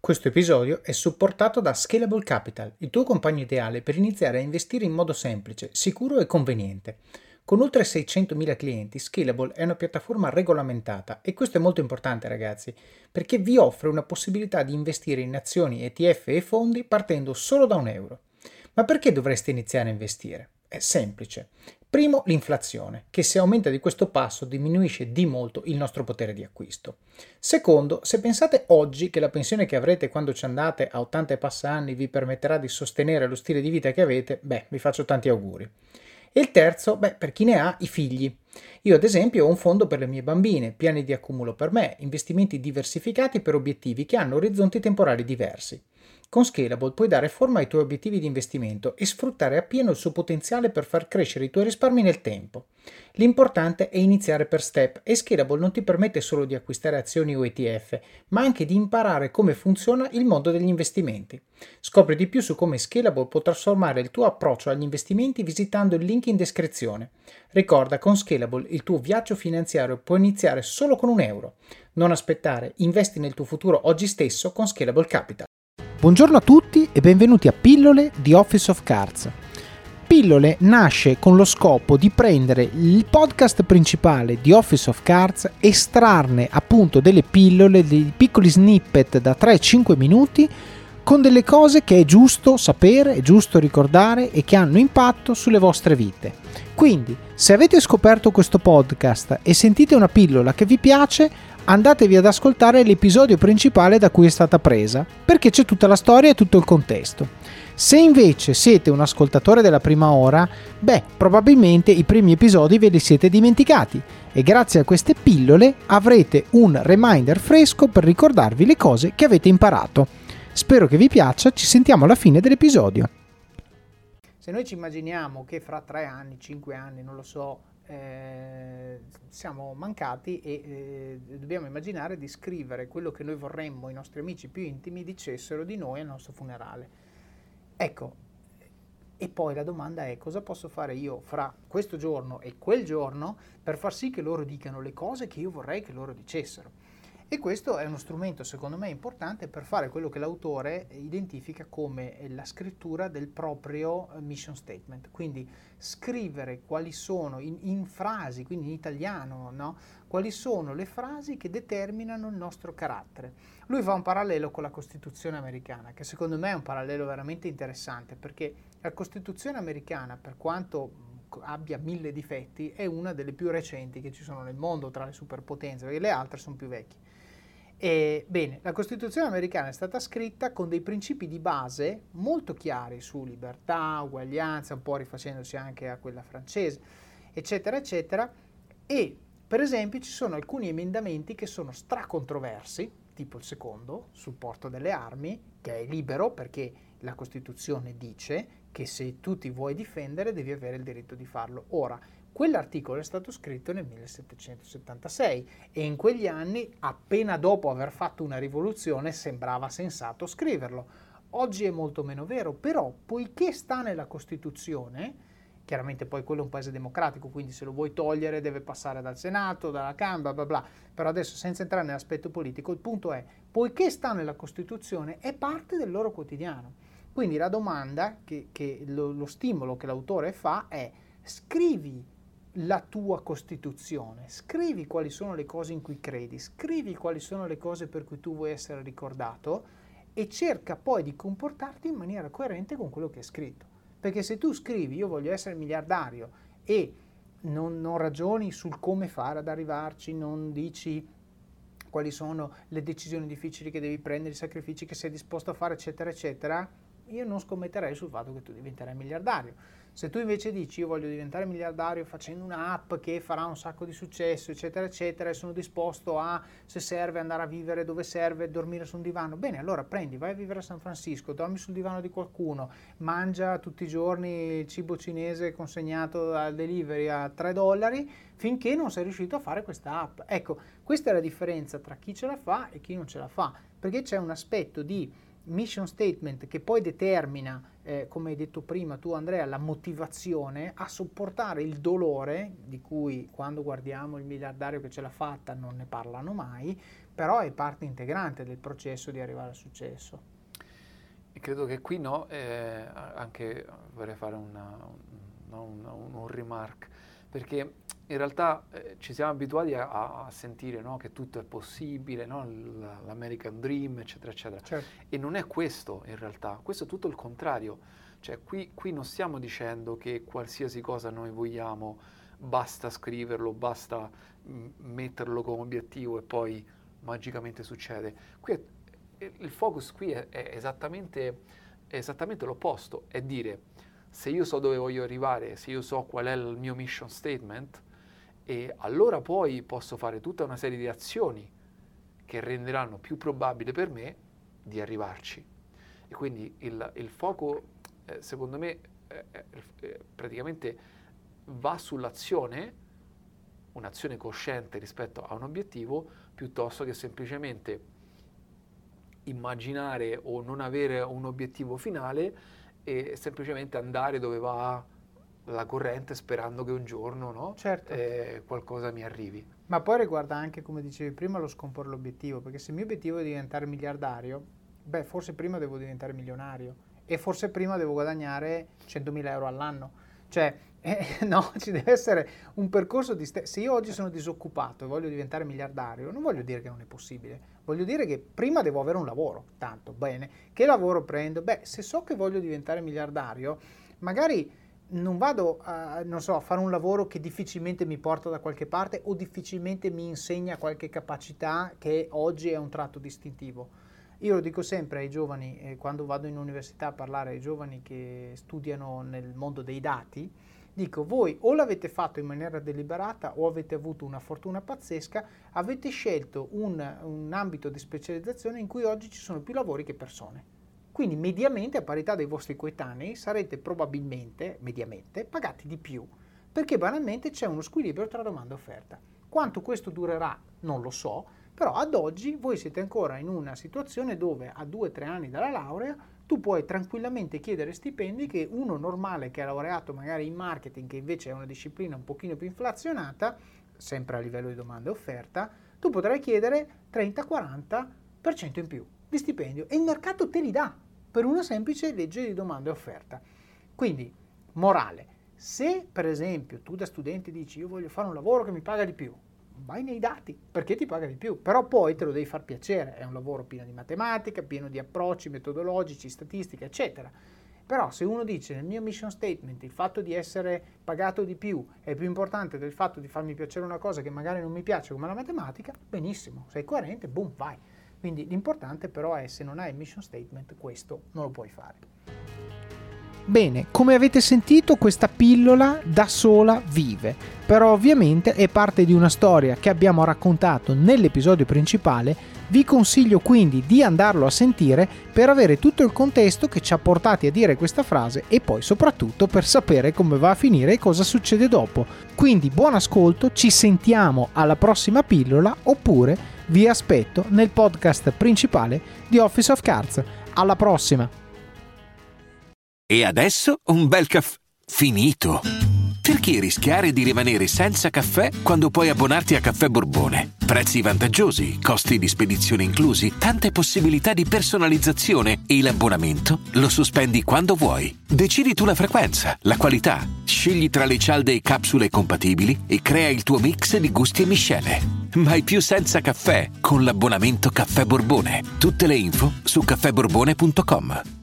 Questo episodio è supportato da Scalable Capital, il tuo compagno ideale per iniziare a investire in modo semplice, sicuro e conveniente. Con oltre 600.000 clienti, Scalable è una piattaforma regolamentata e questo è molto importante, ragazzi, perché vi offre una possibilità di investire in azioni, ETF e fondi partendo solo da €1. Ma perché dovreste iniziare a investire? È semplice. Primo, l'inflazione, che se aumenta di questo passo diminuisce di molto il nostro potere di acquisto. Secondo, se pensate oggi che la pensione che avrete quando ci andate a 80 e passa anni vi permetterà di sostenere lo stile di vita che avete, vi faccio tanti auguri. E il terzo, per chi ne ha, i figli. Io ad esempio ho un fondo per le mie bambine, piani di accumulo per me, investimenti diversificati per obiettivi che hanno orizzonti temporali diversi. Con Scalable puoi dare forma ai tuoi obiettivi di investimento e sfruttare appieno il suo potenziale per far crescere i tuoi risparmi nel tempo. L'importante è iniziare per step e Scalable non ti permette solo di acquistare azioni o ETF, ma anche di imparare come funziona il mondo degli investimenti. Scopri di più su come Scalable può trasformare il tuo approccio agli investimenti visitando il link in descrizione. Ricorda, con Scalable il tuo viaggio finanziario può iniziare solo con €1. Non aspettare, investi nel tuo futuro oggi stesso con Scalable Capital. Buongiorno a tutti e benvenuti a Pillole di Office of Cards. Pillole nasce con lo scopo di prendere il podcast principale di Office of Cards, estrarne appunto delle pillole, dei piccoli snippet da 3-5 minuti con delle cose che è giusto sapere, è giusto ricordare e che hanno impatto sulle vostre vite. Quindi, se avete scoperto questo podcast e sentite una pillola che vi piace, andatevi ad ascoltare l'episodio principale da cui è stata presa, perché c'è tutta la storia e tutto il contesto. Se invece siete un ascoltatore della prima ora, probabilmente i primi episodi ve li siete dimenticati e grazie a queste pillole avrete un reminder fresco per ricordarvi le cose che avete imparato. Spero che vi piaccia, ci sentiamo alla fine dell'episodio. Se noi ci immaginiamo che fra 3 anni, 5 anni, non lo so, siamo mancati e dobbiamo immaginare di scrivere quello che noi vorremmo i nostri amici più intimi dicessero di noi al nostro funerale. Ecco, e poi la domanda è: cosa posso fare io fra questo giorno e quel giorno per far sì che loro dicano le cose che io vorrei che loro dicessero? E questo è uno strumento secondo me importante per fare quello che l'autore identifica come la scrittura del proprio mission statement, quindi scrivere quali sono in frasi, quindi in italiano, no? Quali sono le frasi che determinano il nostro carattere. Lui fa un parallelo con la Costituzione americana, che secondo me è un parallelo veramente interessante, perché la Costituzione americana, per quanto abbia 1000 difetti, è una delle più recenti che ci sono nel mondo tra le superpotenze, perché le altre sono più vecchie. Bene, la Costituzione americana è stata scritta con dei principi di base molto chiari su libertà, uguaglianza, un po' rifacendosi anche a quella francese, eccetera, eccetera, e per esempio ci sono alcuni emendamenti che sono stracontroversi, tipo il secondo, sul porto delle armi, che è libero perché la Costituzione dice che se tu ti vuoi difendere devi avere il diritto di farlo. Ora, quell'articolo è stato scritto nel 1776 e in quegli anni, appena dopo aver fatto una rivoluzione, sembrava sensato scriverlo. Oggi è molto meno vero, però poiché sta nella Costituzione, chiaramente poi quello è un paese democratico, quindi se lo vuoi togliere deve passare dal Senato, dalla Camera, bla bla, però adesso senza entrare nell'aspetto politico, il punto è, poiché sta nella Costituzione, è parte del loro quotidiano. Quindi la domanda, lo stimolo che l'autore fa è: scrivi la tua Costituzione, scrivi quali sono le cose in cui credi, scrivi quali sono le cose per cui tu vuoi essere ricordato e cerca poi di comportarti in maniera coerente con quello che è scritto. Perché se tu scrivi io voglio essere miliardario e non ragioni sul come fare ad arrivarci, non dici quali sono le decisioni difficili che devi prendere, i sacrifici che sei disposto a fare, eccetera, eccetera, io non scommetterei sul fatto che tu diventerai miliardario. Se tu invece dici io voglio diventare miliardario facendo un'app che farà un sacco di successo, eccetera, eccetera, e sono disposto a, se serve, andare a vivere dove serve, dormire su un divano, bene, allora prendi, vai a vivere a San Francisco, dormi sul divano di qualcuno, mangia tutti i giorni il cibo cinese consegnato al delivery a $3, finché non sei riuscito a fare questa app. Ecco, questa è la differenza tra chi ce la fa e chi non ce la fa, perché c'è un aspetto di mission statement che poi determina, come hai detto prima tu Andrea, la motivazione a sopportare il dolore, di cui quando guardiamo il miliardario che ce l'ha fatta non ne parlano mai, però è parte integrante del processo di arrivare al successo. E credo che qui anche vorrei fare un remark, perché in realtà ci siamo abituati a sentire, no, che tutto è possibile, no? L'American Dream, eccetera, eccetera. Certo. E non è questo in realtà, questo è tutto il contrario. Cioè qui non stiamo dicendo che qualsiasi cosa noi vogliamo, basta scriverlo, basta metterlo come obiettivo e poi magicamente succede. Il focus qui è esattamente l'opposto, è dire: se io so dove voglio arrivare, se io so qual è il mio mission statement, e allora poi posso fare tutta una serie di azioni che renderanno più probabile per me di arrivarci. E quindi il fuoco, secondo me, praticamente va sull'azione, un'azione cosciente rispetto a un obiettivo, piuttosto che semplicemente immaginare o non avere un obiettivo finale e semplicemente andare dove va la corrente sperando che un giorno, no? Certo. Qualcosa mi arrivi. Ma poi riguarda anche, come dicevi prima, lo scomporre l'obiettivo, perché se il mio obiettivo è diventare miliardario, forse prima devo diventare milionario e forse prima devo guadagnare 100.000 euro all'anno. Cioè, no, ci deve essere un percorso di... Se io oggi sono disoccupato e voglio diventare miliardario, non voglio dire che non è possibile, voglio dire che prima devo avere un lavoro, tanto, bene. Che lavoro prendo? Se so che voglio diventare miliardario, magari non vado a fare un lavoro che difficilmente mi porta da qualche parte o difficilmente mi insegna qualche capacità che oggi è un tratto distintivo. Io lo dico sempre ai giovani, quando vado in università a parlare ai giovani che studiano nel mondo dei dati, dico: voi o l'avete fatto in maniera deliberata o avete avuto una fortuna pazzesca, avete scelto un ambito di specializzazione in cui oggi ci sono più lavori che persone. Quindi mediamente, a parità dei vostri coetanei, sarete probabilmente, mediamente, pagati di più, perché banalmente c'è uno squilibrio tra domanda e offerta. Quanto questo durerà non lo so, però ad oggi voi siete ancora in una situazione dove a 2 o 3 anni dalla laurea tu puoi tranquillamente chiedere stipendi che uno normale che ha laureato magari in marketing, che invece è una disciplina un pochino più inflazionata, sempre a livello di domanda e offerta, tu potrai chiedere 30-40% in più di stipendio e il mercato te li dà per una semplice legge di domanda e offerta. Quindi, morale, se per esempio tu da studente dici: io voglio fare un lavoro che mi paga di più, vai nei dati, perché ti paga di più, però poi te lo devi far piacere, è un lavoro pieno di matematica, pieno di approcci metodologici, statistica, eccetera. Però se uno dice: nel mio mission statement il fatto di essere pagato di più è più importante del fatto di farmi piacere una cosa che magari non mi piace come la matematica, benissimo, sei coerente, boom, vai. Quindi l'importante però è, se non hai il mission statement, questo non lo puoi fare. Bene, come avete sentito, questa pillola da sola vive, però ovviamente è parte di una storia che abbiamo raccontato nell'episodio principale. Vi consiglio quindi di andarlo a sentire per avere tutto il contesto che ci ha portati a dire questa frase e poi soprattutto per sapere come va a finire e cosa succede dopo. Quindi buon ascolto, ci sentiamo alla prossima pillola, oppure vi aspetto nel podcast principale di Office of Cards. Alla prossima! E adesso un bel caffè finito. Perché rischiare di rimanere senza caffè quando puoi abbonarti a Caffè Borbone? Prezzi vantaggiosi, costi di spedizione inclusi, tante possibilità di personalizzazione e l'abbonamento lo sospendi quando vuoi. Decidi tu la frequenza, la qualità, scegli tra le cialde e capsule compatibili e crea il tuo mix di gusti e miscele. Mai più senza caffè con l'abbonamento Caffè Borbone. Tutte le info su caffèborbone.com.